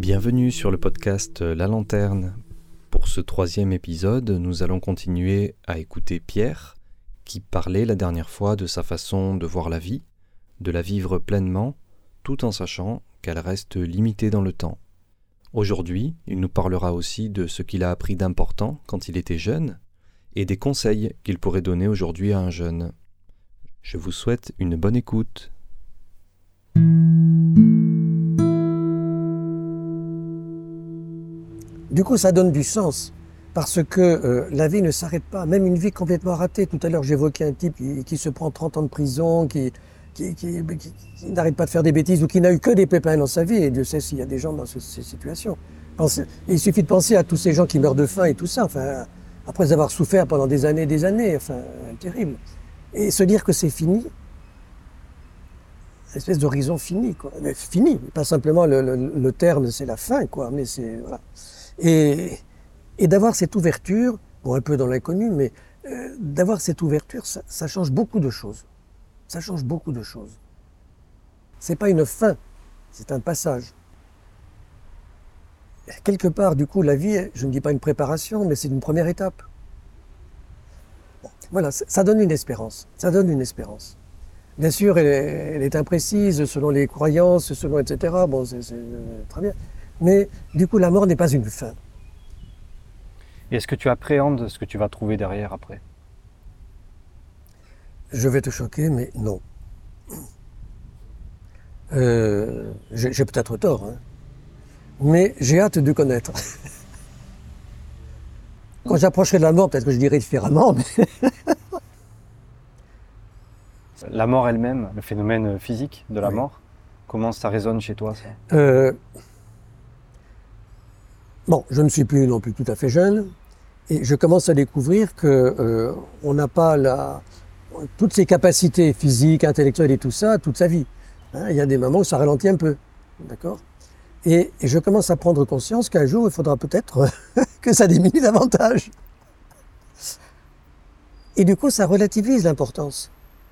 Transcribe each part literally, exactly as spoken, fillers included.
Bienvenue sur le podcast La Lanterne. Pour ce troisième épisode, nous allons continuer à écouter Pierre, qui parlait la dernière fois de sa façon de voir la vie, de la vivre pleinement, tout en sachant qu'elle reste limitée dans le temps. Aujourd'hui, il nous parlera aussi de ce qu'il a appris d'important quand il était jeune et des conseils qu'il pourrait donner aujourd'hui à un jeune. Je vous souhaite une bonne écoute. Du coup, ça donne du sens, parce que euh, la vie ne s'arrête pas, même une vie complètement ratée. Tout à l'heure, j'évoquais un type qui, qui se prend trente ans de prison, qui, qui, qui, qui, qui n'arrête pas de faire des bêtises ou qui n'a eu que des pépins dans sa vie, et Dieu sait s'il y a des gens dans ce, ces situations. Pensez, il suffit de penser à tous ces gens qui meurent de faim et tout ça, enfin, après avoir souffert pendant des années et des années, enfin, terrible. Et se dire que c'est fini, une espèce d'horizon fini, quoi. Mais fini, pas simplement le, le, le terme, c'est la fin, quoi, mais c'est... Voilà. Et, et d'avoir cette ouverture, bon, un peu dans l'inconnu, mais euh, d'avoir cette ouverture, ça, ça change beaucoup de choses. Ça change beaucoup de choses. C'est pas une fin, c'est un passage. Quelque part, du coup, la vie, je ne dis pas une préparation, mais c'est une première étape. Bon, voilà, ça donne une espérance. Ça donne une espérance. Bien sûr, elle est, elle est imprécise selon les croyances, selon et cetera. Bon, c'est, c'est très bien. Mais du coup, la mort n'est pas une fin. Et est-ce que tu appréhendes ce que tu vas trouver derrière après ? Je vais te choquer, mais non. Euh, j'ai, j'ai peut-être tort, hein. Mais j'ai hâte de connaître. Quand j'approcherai de la mort, peut-être que je dirai différemment, mais... La mort elle-même, le phénomène physique de la oui. mort, comment ça résonne chez toi, ça ? euh, Bon, je ne suis plus non plus tout à fait jeune, et je commence à découvrir que euh, on n'a pas la, toutes ces capacités physiques, intellectuelles et tout ça toute sa vie. Hein, il y a des moments où ça ralentit un peu, d'accord ? et, et je commence à prendre conscience qu'un jour, il faudra peut-être que ça diminue davantage. Et du coup, ça relativise l'importance.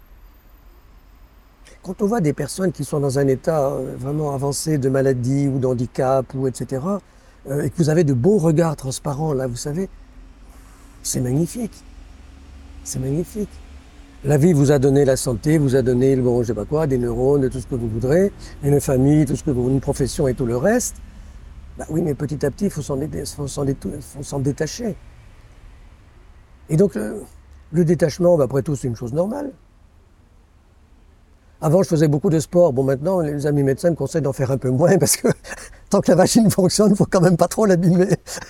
Quand on voit des personnes qui sont dans un état vraiment avancé de maladie ou d'handicap, ou et cetera, euh, et que vous avez de beaux regards transparents, là, vous savez, c'est magnifique. C'est magnifique. La vie vous a donné la santé, vous a donné, bon, je sais pas quoi, des neurones, tout ce que vous voudrez, une famille, tout ce que vous, une profession et tout le reste. Bah oui, mais petit à petit, il faut s'en, dé- faut s'en, dé- faut s'en détacher. Et donc, le, le détachement, bah, après tout, c'est une chose normale. Avant, je faisais beaucoup de sport. Bon, maintenant, les amis médecins me conseillent d'en faire un peu moins parce que tant que la machine fonctionne, il ne faut quand même pas trop l'abîmer.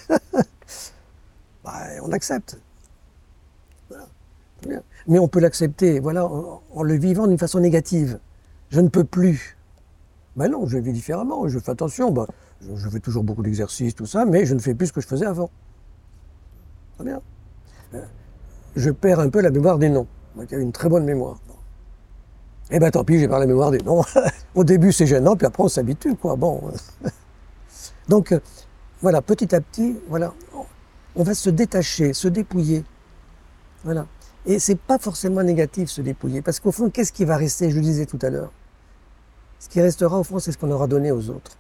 Bah, on accepte. Voilà. Mais on peut l'accepter, voilà, en, en le vivant d'une façon négative. Je ne peux plus. Ben non, je vis différemment, je fais attention. Ben, je, je fais toujours beaucoup d'exercices, tout ça, mais je ne fais plus ce que je faisais avant. Très bien. Euh, je perds un peu la mémoire des noms. Moi qui avais une très bonne mémoire. Eh ben tant pis, j'ai pas la mémoire des noms. Au début c'est gênant, puis après on s'habitue, quoi. Bon. Donc euh, voilà, petit à petit, voilà, on va se détacher, se dépouiller. Voilà. Et c'est pas forcément négatif se dépouiller, parce qu'au fond, qu'est-ce qui va rester? Je le disais tout à l'heure. Ce qui restera au fond, c'est ce qu'on aura donné aux autres.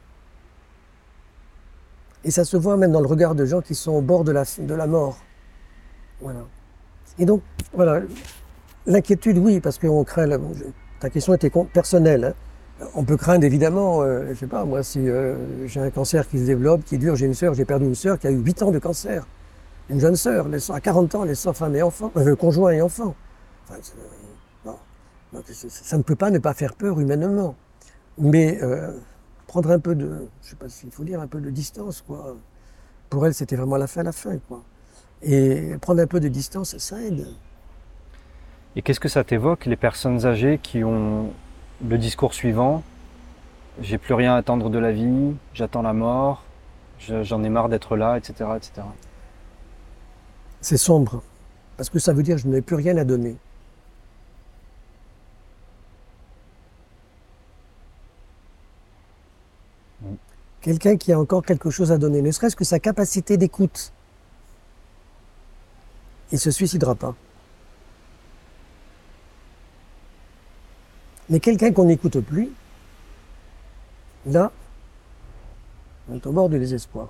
Et ça se voit même dans le regard de gens qui sont au bord de la, de la mort. Voilà. Et donc, voilà, l'inquiétude, oui, parce qu'on craint. La, ta question était personnelle. Hein. On peut craindre évidemment, euh, je sais pas, moi, si euh, j'ai un cancer qui se développe, qui dure, j'ai une sœur, j'ai perdu une sœur qui a eu huit ans de cancer. Une jeune sœur, à quarante ans, laissant femme et enfant, euh, conjoint et enfant. Enfin, bon, donc, ça ne peut pas ne pas faire peur humainement. Mais euh, prendre un peu de, je sais pas s'il faut dire, un peu de distance, quoi. Pour elle, c'était vraiment la fin, la fin, quoi. Et prendre un peu de distance, ça aide. Et qu'est-ce que ça t'évoque, les personnes âgées qui ont le discours suivant ? J'ai plus rien à attendre de la vie, j'attends la mort, je, j'en ai marre d'être là, et cetera, et cetera. C'est sombre, parce que ça veut dire que je n'ai plus rien à donner. Mmh. Quelqu'un qui a encore quelque chose à donner, ne serait-ce que sa capacité d'écoute, il ne se suicidera pas. Mais quelqu'un qu'on n'écoute plus, là, On est au bord du désespoir.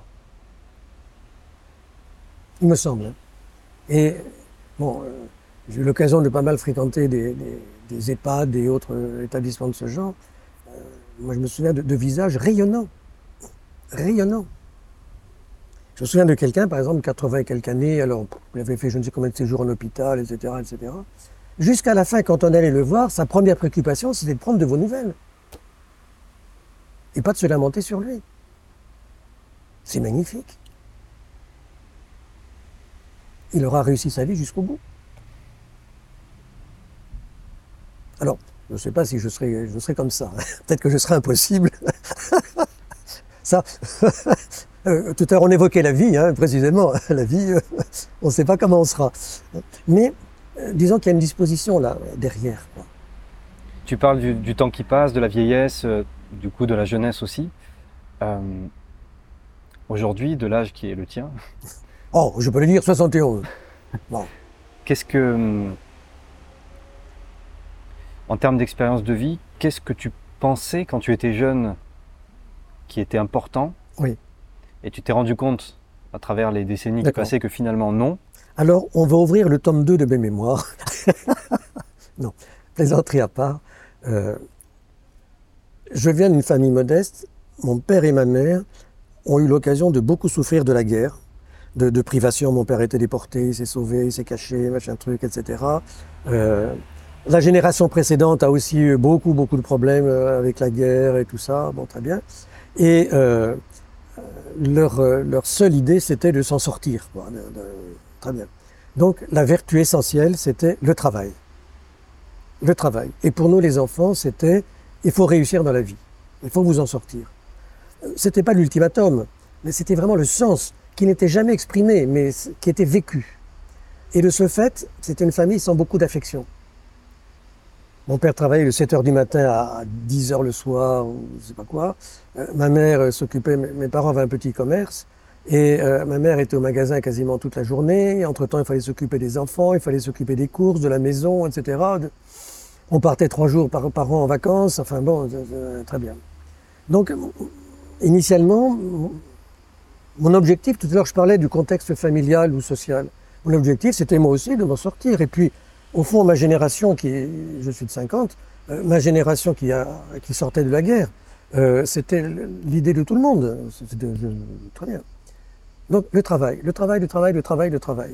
Il me semble. Et bon, euh, j'ai eu l'occasion de pas mal fréquenter des, des, des EHPAD et autres euh, établissements de ce genre. Euh, moi, je me souviens de, de visages rayonnants. Rayonnants. Je me souviens de quelqu'un, par exemple, quatre-vingts et quelques années, alors il avait fait je ne sais combien de séjours en hôpital, et cetera, et cetera. Jusqu'à la fin, quand on allait le voir, sa première préoccupation, c'était de prendre de vos nouvelles. Et pas de se lamenter sur lui. C'est magnifique. Il aura réussi sa vie jusqu'au bout. Alors, je ne sais pas si je serai, je serai comme ça. Peut-être que je serai impossible. Ça, euh, tout à l'heure on évoquait la vie, hein, précisément. La vie, euh, on ne sait pas comment on sera. Mais euh, disons qu'il y a une disposition là, derrière, quoi. Tu parles du, du temps qui passe, de la vieillesse, euh, du coup de la jeunesse aussi. Euh, Aujourd'hui, de l'âge qui est le tien. Oh, je peux le dire, soixante et onze. Bon. Qu'est-ce que, en termes d'expérience de vie, qu'est-ce que tu pensais quand tu étais jeune qui était important? Oui. Et tu t'es rendu compte, à travers les décennies qui D'accord. passaient, que finalement non. Alors, on va ouvrir le tome deux de mes mémoires. Non, plaisanterie à part. Euh, je viens d'une famille modeste. Mon père et ma mère ont eu l'occasion de beaucoup souffrir de la guerre, de, de privation. Mon père a été déporté, il s'est sauvé, il s'est caché, machin truc, et cetera. Euh, la génération précédente a aussi eu beaucoup, beaucoup de problèmes avec la guerre et tout ça. Bon, très bien. Et euh, leur, leur seule idée, c'était de s'en sortir, quoi. De, de, très bien. Donc, la vertu essentielle, c'était le travail. Le travail. Et pour nous, les enfants, c'était il faut réussir dans la vie. Il faut vous en sortir. C'était pas l'ultimatum, mais c'était vraiment le sens qui n'était jamais exprimé, mais qui était vécu. Et de ce fait, c'était une famille sans beaucoup d'affection. Mon père travaillait de sept heures du matin à dix heures le soir, ou je sais pas quoi. Euh, ma mère euh, s'occupait, mes parents avaient un petit commerce, et euh, ma mère était au magasin quasiment toute la journée. Entre-temps, il fallait s'occuper des enfants, il fallait s'occuper des courses, de la maison, et cetera. On partait trois jours par, par an en vacances, enfin bon, euh, très bien. Donc, initialement, mon objectif, tout à l'heure je parlais du contexte familial ou social, mon objectif c'était moi aussi de m'en sortir. Et puis, au fond, ma génération, qui est, je suis de cinquante, euh, ma génération qui, a, qui sortait de la guerre, euh, c'était l'idée de tout le monde. C'était de, de, très bien. Donc, le travail, le travail, le travail, le travail, le travail.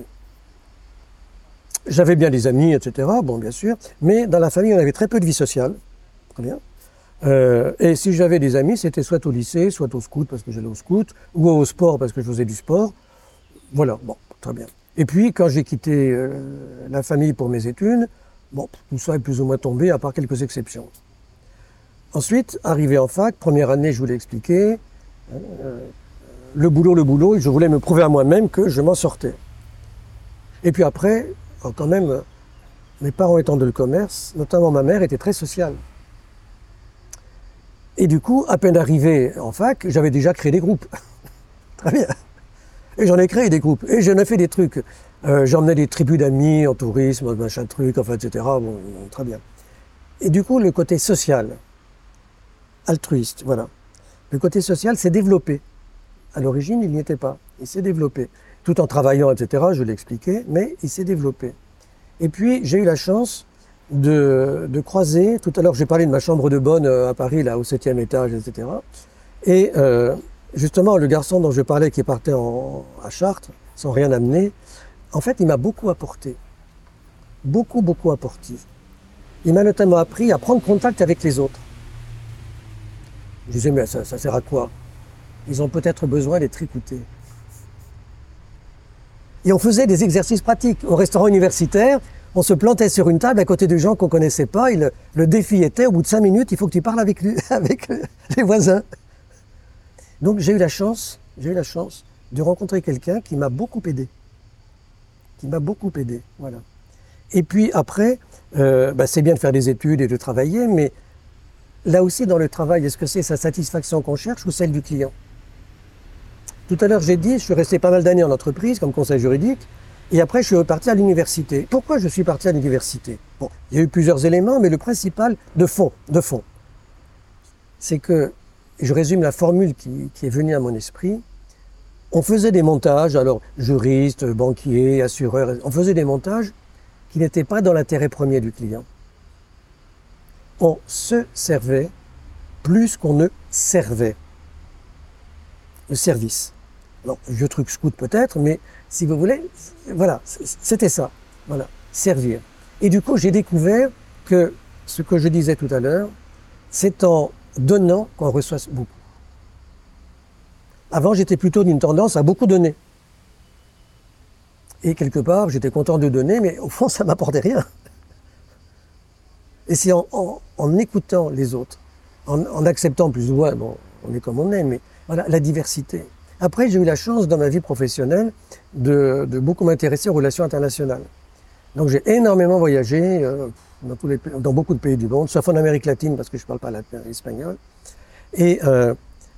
J'avais bien des amis, et cetera, bon, bien sûr, mais dans la famille, on avait très peu de vie sociale. Très bien. Euh, et si j'avais des amis, c'était soit au lycée, soit au scout, parce que j'allais au scout, ou au sport, parce que je faisais du sport. Voilà, bon, très bien. Et puis, quand j'ai quitté euh, la famille pour mes études, bon, tout ça est plus ou moins tombé, à part quelques exceptions. Ensuite, arrivé en fac, première année, je vous l'ai expliqué, euh, le boulot, le boulot, et je voulais me prouver à moi-même que je m'en sortais. Et puis après, quand même, mes parents étant de le commerce, notamment ma mère, était très sociale. Et du coup, à peine arrivé en fac, j'avais déjà créé des groupes. Très bien. Et j'en ai créé des groupes. Et j'en ai fait des trucs. Euh, J'emmenais des tribus d'amis en tourisme, machin truc, enfin, et cetera. Bon, très bien. Et du coup, le côté social, altruiste, voilà. Le côté social s'est développé. À l'origine, il n'y était pas. Il s'est développé. Tout en travaillant, et cetera, je l'ai expliqué, mais il s'est développé. Et puis, j'ai eu la chance de, de croiser, tout à l'heure j'ai parlé de ma chambre de bonne à Paris, là, au septième étage, et cetera. Et euh, justement, le garçon dont je parlais, qui partait en, à Chartres, sans rien amener, en fait, il m'a beaucoup apporté. Beaucoup, beaucoup apporté. Il m'a notamment appris à prendre contact avec les autres. Je disais, mais ça, ça sert à quoi? Ils ont peut-être besoin d'être écoutés. Et on faisait des exercices pratiques. Au restaurant universitaire, on se plantait sur une table à côté de gens qu'on ne connaissait pas. Et le, le défi était, au bout de cinq minutes, il faut que tu parles avec, lui, avec les voisins. Donc j'ai eu la chance, j'ai eu la chance de rencontrer quelqu'un qui m'a beaucoup aidé. Qui m'a beaucoup aidé, voilà. Et puis après, euh, bah, c'est bien de faire des études et de travailler, mais là aussi dans le travail, est-ce que c'est sa satisfaction qu'on cherche ou celle du client? Tout à l'heure, j'ai dit, je suis resté pas mal d'années en entreprise comme conseil juridique, et après, je suis reparti à l'université. Pourquoi je suis parti à l'université? Bon, il y a eu plusieurs éléments, mais le principal, de fond, de fond, c'est que et je résume la formule qui, qui est venue à mon esprit, on faisait des montages, alors juristes, banquiers, assureurs, on faisait des montages qui n'étaient pas dans l'intérêt premier du client. On se servait plus qu'on ne servait. Le service. Alors, vieux truc scout peut-être, mais si vous voulez, voilà, c'était ça. Voilà, servir. Et du coup, j'ai découvert que ce que je disais tout à l'heure, c'est en donnant qu'on reçoit beaucoup. Avant, j'étais plutôt d'une tendance à beaucoup donner. Et quelque part, j'étais content de donner, mais au fond, ça ne m'apportait rien. Et c'est en, en, en écoutant les autres, en, en acceptant plus ou moins, bon, on est comme on est, mais voilà, la diversité. Après, j'ai eu la chance dans ma vie professionnelle de, de beaucoup m'intéresser aux relations internationales. Donc j'ai énormément voyagé euh, dans, tous les, dans beaucoup de pays du monde, sauf en Amérique latine parce que je ne parle pas latin, espagnol. Et euh,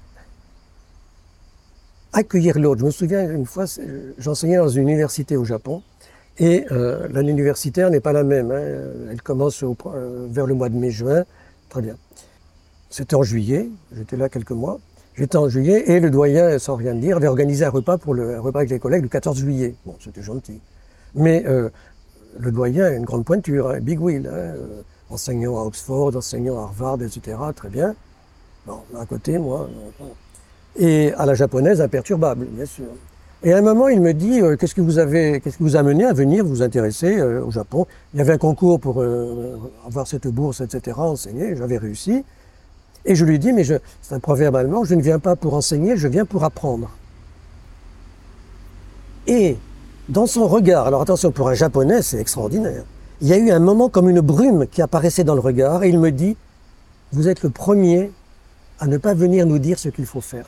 accueillir l'autre. Je me souviens une fois, j'enseignais dans une université au Japon et euh, l'année universitaire n'est pas la même. Hein. Elle commence au, euh, vers le mois de mai-juin. Très bien. C'était en juillet, j'étais là quelques mois. J'étais en juillet et le doyen, sans rien dire, avait organisé un repas pour le un repas avec les collègues le quatorze juillet. Bon, c'était gentil. Mais euh, le doyen a une grande pointure, un big wheel, hein, euh, enseignant à Oxford, enseignant à Harvard, et cetera. Très bien. Bon, à côté, moi. Euh, et à la japonaise, imperturbable, bien sûr. Et à un moment, il me dit euh, qu'est-ce que vous avez, qu'est-ce qui vous a amené à venir vous intéresser euh, au Japon? Il y avait un concours pour euh, avoir cette bourse, et cetera. Enseigner, j'avais réussi. Et je lui dis, mais je, c'est un proverbe allemand, je ne viens pas pour enseigner, je viens pour apprendre. Et dans son regard, alors attention, pour un japonais, c'est extraordinaire. Il y a eu un moment comme une brume qui apparaissait dans le regard et il me dit, vous êtes le premier à ne pas venir nous dire ce qu'il faut faire.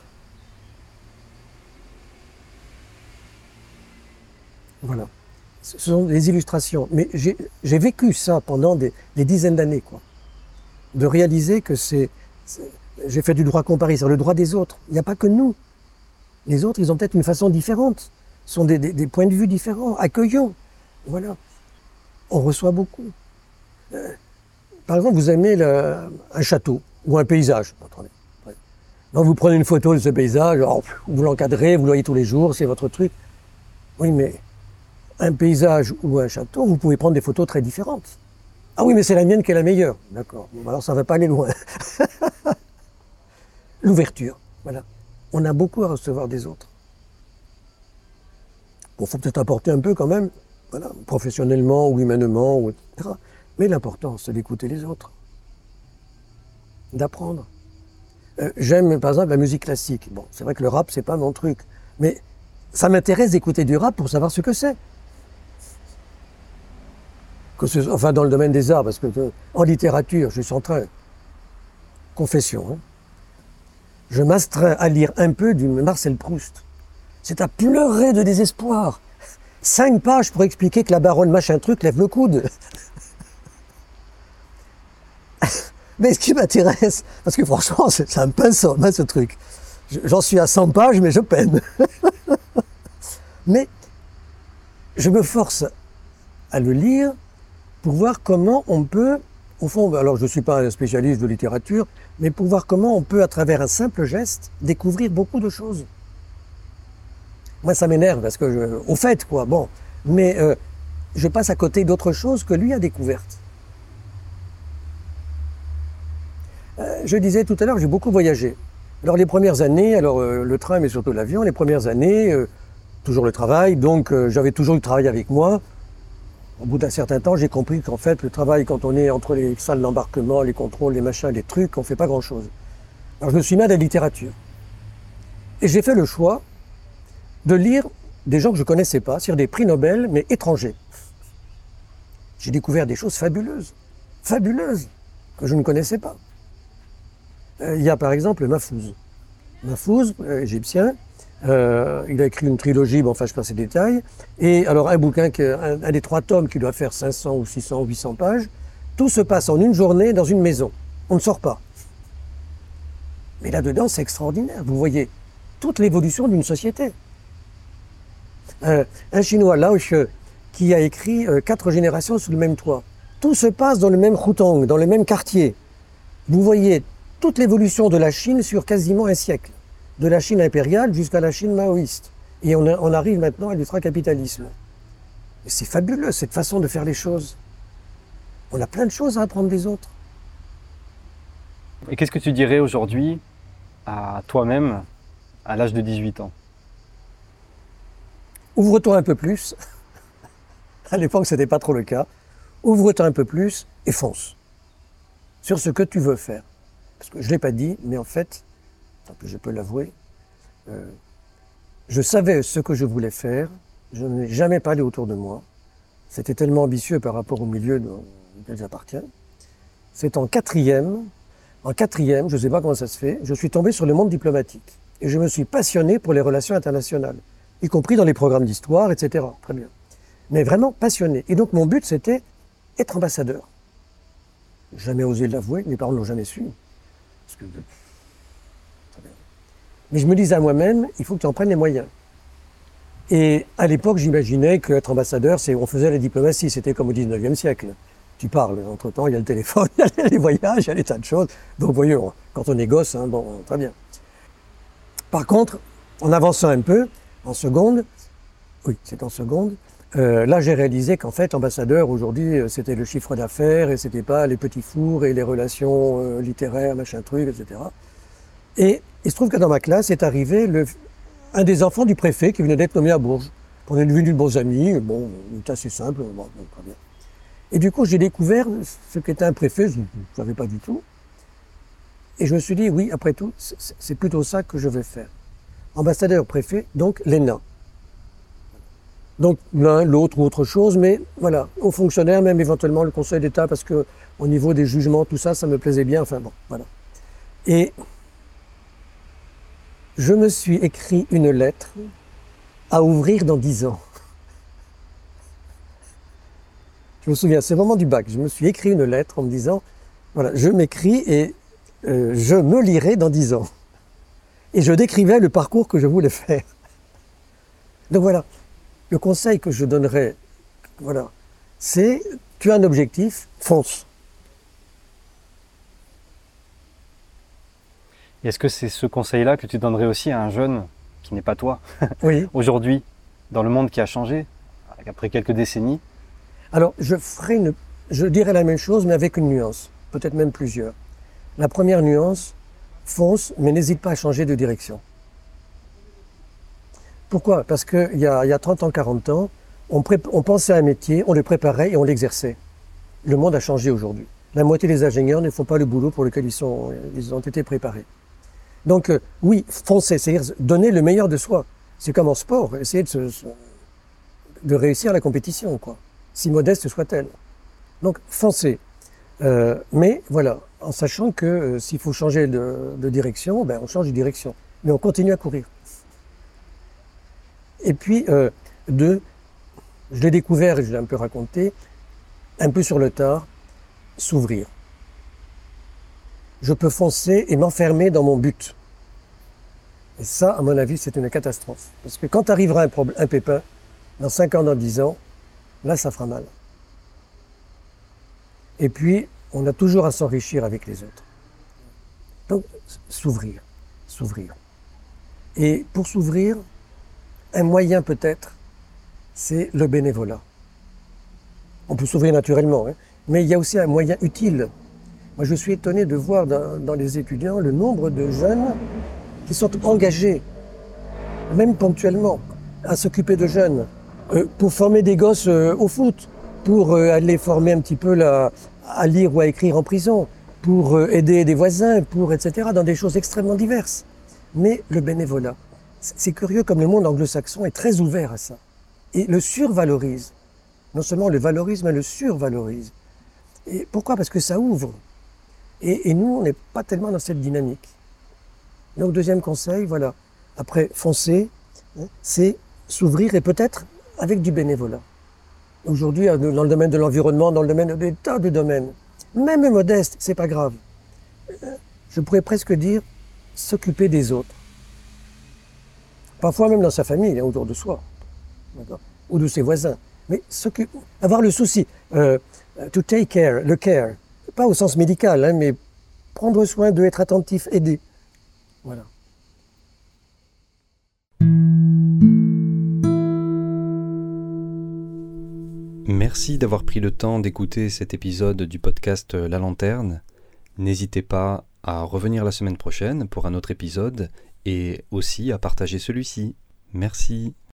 Voilà. Ce sont des illustrations. Mais j'ai, j'ai vécu ça pendant des, des dizaines d'années, quoi. De réaliser que c'est, c'est j'ai fait du droit comparé, c'est le droit des autres. Il n'y a pas que nous. Les autres, ils ont peut-être une façon différente. Ce sont des, des, des points de vue différents. Accueillons. Voilà. On reçoit beaucoup. Euh, par exemple, vous aimez le, un château ou un paysage. Attendez. Donc vous prenez une photo de ce paysage, alors, vous l'encadrez, vous le voyez tous les jours, c'est votre truc. Oui, mais un paysage ou un château, vous pouvez prendre des photos très différentes. Ah oui, mais c'est la mienne qui est la meilleure. D'accord. Bon, alors ça ne va pas aller loin. L'ouverture, voilà. On a beaucoup à recevoir des autres. Bon, il faut peut-être apporter un peu quand même, voilà, professionnellement ou humainement, ou et cetera. Mais l'important, c'est d'écouter les autres. D'apprendre. Euh, j'aime, par exemple, la musique classique. Bon, c'est vrai que le rap, c'est pas mon truc. Mais ça m'intéresse d'écouter du rap pour savoir ce que c'est. Que ce, enfin, dans le domaine des arts, parce que euh, en littérature, je suis en train, confession, hein, je m'astreins à lire un peu du Marcel Proust. C'est à pleurer de désespoir. Cinq pages pour expliquer que la baronne machin truc lève le coude. Mais ce qui m'intéresse, parce que franchement, c'est, c'est un pince hein, ce truc. J'en suis à cent pages, mais je peine. Mais je me force à le lire pour voir comment on peut, au fond, alors je ne suis pas un spécialiste de littérature, mais pour voir comment on peut, à travers un simple geste, découvrir beaucoup de choses. Moi, ça m'énerve, parce que, je, au fait, quoi, bon, mais euh, je passe à côté d'autres choses que lui a découvertes. Euh, je disais tout à l'heure, j'ai beaucoup voyagé. Alors les premières années, alors euh, le train, mais surtout l'avion, les premières années, euh, toujours le travail, donc euh, j'avais toujours du travail avec moi. Au bout d'un certain temps, j'ai compris qu'en fait, le travail, quand on est entre les salles d'embarquement, les contrôles, les machins, les trucs, on ne fait pas grand-chose. Alors je me suis mis à la littérature. Et j'ai fait le choix de lire des gens que je ne connaissais pas, c'est-à-dire des prix Nobel, mais étrangers. J'ai découvert des choses fabuleuses, fabuleuses, que je ne connaissais pas. Euh, il y a par exemple Mahfouz. Mahfouz, euh, égyptien, Euh, il a écrit une trilogie, bon, enfin je passe les détails, et alors un bouquin, qui, un, un des trois tomes qui doit faire cinq cents ou six cents ou huit cents pages, tout se passe en une journée dans une maison, on ne sort pas. Mais là-dedans c'est extraordinaire, vous voyez toute l'évolution d'une société. Euh, un Chinois, Lao She, qui a écrit euh, Quatre générations sous le même toit, tout se passe dans le même Hutong, dans le même quartier. Vous voyez toute l'évolution de la Chine sur quasiment un siècle, de la Chine impériale jusqu'à la Chine maoïste. Et on, a, on arrive maintenant à l'ultracapitalisme. Et c'est fabuleux, cette façon de faire les choses. On a plein de choses à apprendre des autres. Et qu'est-ce que tu dirais aujourd'hui à toi-même à l'âge de dix-huit ans? Ouvre-toi un peu plus. À l'époque, ce n'était pas trop le cas. Ouvre-toi un peu plus et fonce sur ce que tu veux faire. Parce que je ne l'ai pas dit, mais en fait, tant que je peux l'avouer, euh, je savais ce que je voulais faire. Je n'ai jamais parlé autour de moi. C'était tellement ambitieux par rapport au milieu auquel j'appartiens. C'est en quatrième, en quatrième, je ne sais pas comment ça se fait, je suis tombé sur le monde diplomatique. Et je me suis passionné pour les relations internationales, y compris dans les programmes d'histoire, et cetera. Très bien. Mais vraiment passionné. Et donc mon but, c'était être ambassadeur. Jamais osé l'avouer, mes parents ne l'ont jamais su. Parce que... Mais je me disais à moi-même, il faut que tu en prennes les moyens. Et à l'époque, j'imaginais qu'être ambassadeur, c'est on faisait la diplomatie, c'était comme au dix-neuvième siècle. Tu parles, entre-temps, il y a le téléphone, il y a les voyages, il y a des tas de choses. Donc, voyons, quand on est gosse, hein, bon, très bien. Par contre, en avançant un peu, en seconde, oui, c'est en seconde, euh, là, j'ai réalisé qu'en fait, ambassadeur, aujourd'hui, c'était le chiffre d'affaires et c'était pas les petits fours et les relations euh, littéraires, machin truc, et cetera. Et il se trouve que dans ma classe est arrivé le, un des enfants du préfet qui venait d'être nommé à Bourges. On est devenus de bons amis, bon, c'est assez simple, bon, très bien. Et du coup, j'ai découvert ce qu'était un préfet, je ne savais pas du tout. Et je me suis dit, oui, après tout, c'est plutôt ça que je vais faire. Ambassadeur, préfet, donc l'E N A. Donc l'un, l'autre ou autre chose, mais voilà, aux fonctionnaires, même éventuellement le Conseil d'État, parce que au niveau des jugements, tout ça, ça me plaisait bien, enfin bon, voilà. Et je me suis écrit une lettre à ouvrir dans dix ans. Je me souviens, c'est le moment du bac, je me suis écrit une lettre en me disant, voilà, je m'écris et euh, je me lirai dans dix ans. Et je décrivais le parcours que je voulais faire. Donc voilà, le conseil que je donnerais, voilà, c'est, tu as un objectif, fonce. Est-ce que c'est ce conseil-là que tu donnerais aussi à un jeune qui n'est pas toi, oui. Aujourd'hui, dans le monde qui a changé, après quelques décennies? Alors, je ferai une, je dirais la même chose, mais avec une nuance, peut-être même plusieurs. La première nuance, fonce, mais n'hésite pas à changer de direction. Pourquoi? Parce qu'il y a, il y a trente ans, quarante ans, on, pré, on pensait à un métier, on le préparait et on l'exerçait. Le monde a changé aujourd'hui. La moitié des ingénieurs ne font pas le boulot pour lequel ils, sont, ils ont été préparés. Donc, euh, oui, foncer, c'est-à-dire donner le meilleur de soi. C'est comme en sport, essayer de, se, de réussir la compétition, quoi, si modeste soit-elle. Donc, foncer. Euh, mais voilà, en sachant que euh, s'il faut changer de, de direction, ben, on change de direction. Mais on continue à courir. Et puis, euh, deux, je l'ai découvert et je l'ai un peu raconté, un peu sur le tard, s'ouvrir. Je peux foncer et m'enfermer dans mon but. Et ça, à mon avis, c'est une catastrophe. Parce que quand arrivera un, problème, un pépin, dans cinq ans, dans dix ans, là, ça fera mal. Et puis, on a toujours à s'enrichir avec les autres. Donc, s'ouvrir, s'ouvrir. Et pour s'ouvrir, un moyen peut-être, c'est le bénévolat. On peut s'ouvrir naturellement, hein, mais il y a aussi un moyen utile. Moi, je suis étonné de voir dans, dans les étudiants le nombre de jeunes qui sont engagés, même ponctuellement, à s'occuper de jeunes, euh, pour former des gosses euh, au foot, pour euh, aller former un petit peu la, à lire ou à écrire en prison, pour euh, aider des voisins, pour et cetera, dans des choses extrêmement diverses. Mais le bénévolat, c'est curieux comme le monde anglo-saxon est très ouvert à ça, et le survalorise. Non seulement le valorise, mais le survalorise. Et pourquoi? Parce que ça ouvre. Et, et nous, on n'est pas tellement dans cette dynamique. Donc, deuxième conseil, voilà. Après, foncer, hein, c'est s'ouvrir et peut-être avec du bénévolat. Aujourd'hui, dans le domaine de l'environnement, dans le domaine des tas de domaines, même modeste, c'est pas grave. Je pourrais presque dire s'occuper des autres. Parfois même dans sa famille, hein, autour de soi, ou de ses voisins. Mais avoir le souci, euh, to take care, le care, pas au sens médical, hein, mais prendre soin d'eux, être attentif, aider. Voilà. Merci d'avoir pris le temps d'écouter cet épisode du podcast La Lanterne. N'hésitez pas à revenir la semaine prochaine pour un autre épisode et aussi à partager celui-ci. Merci.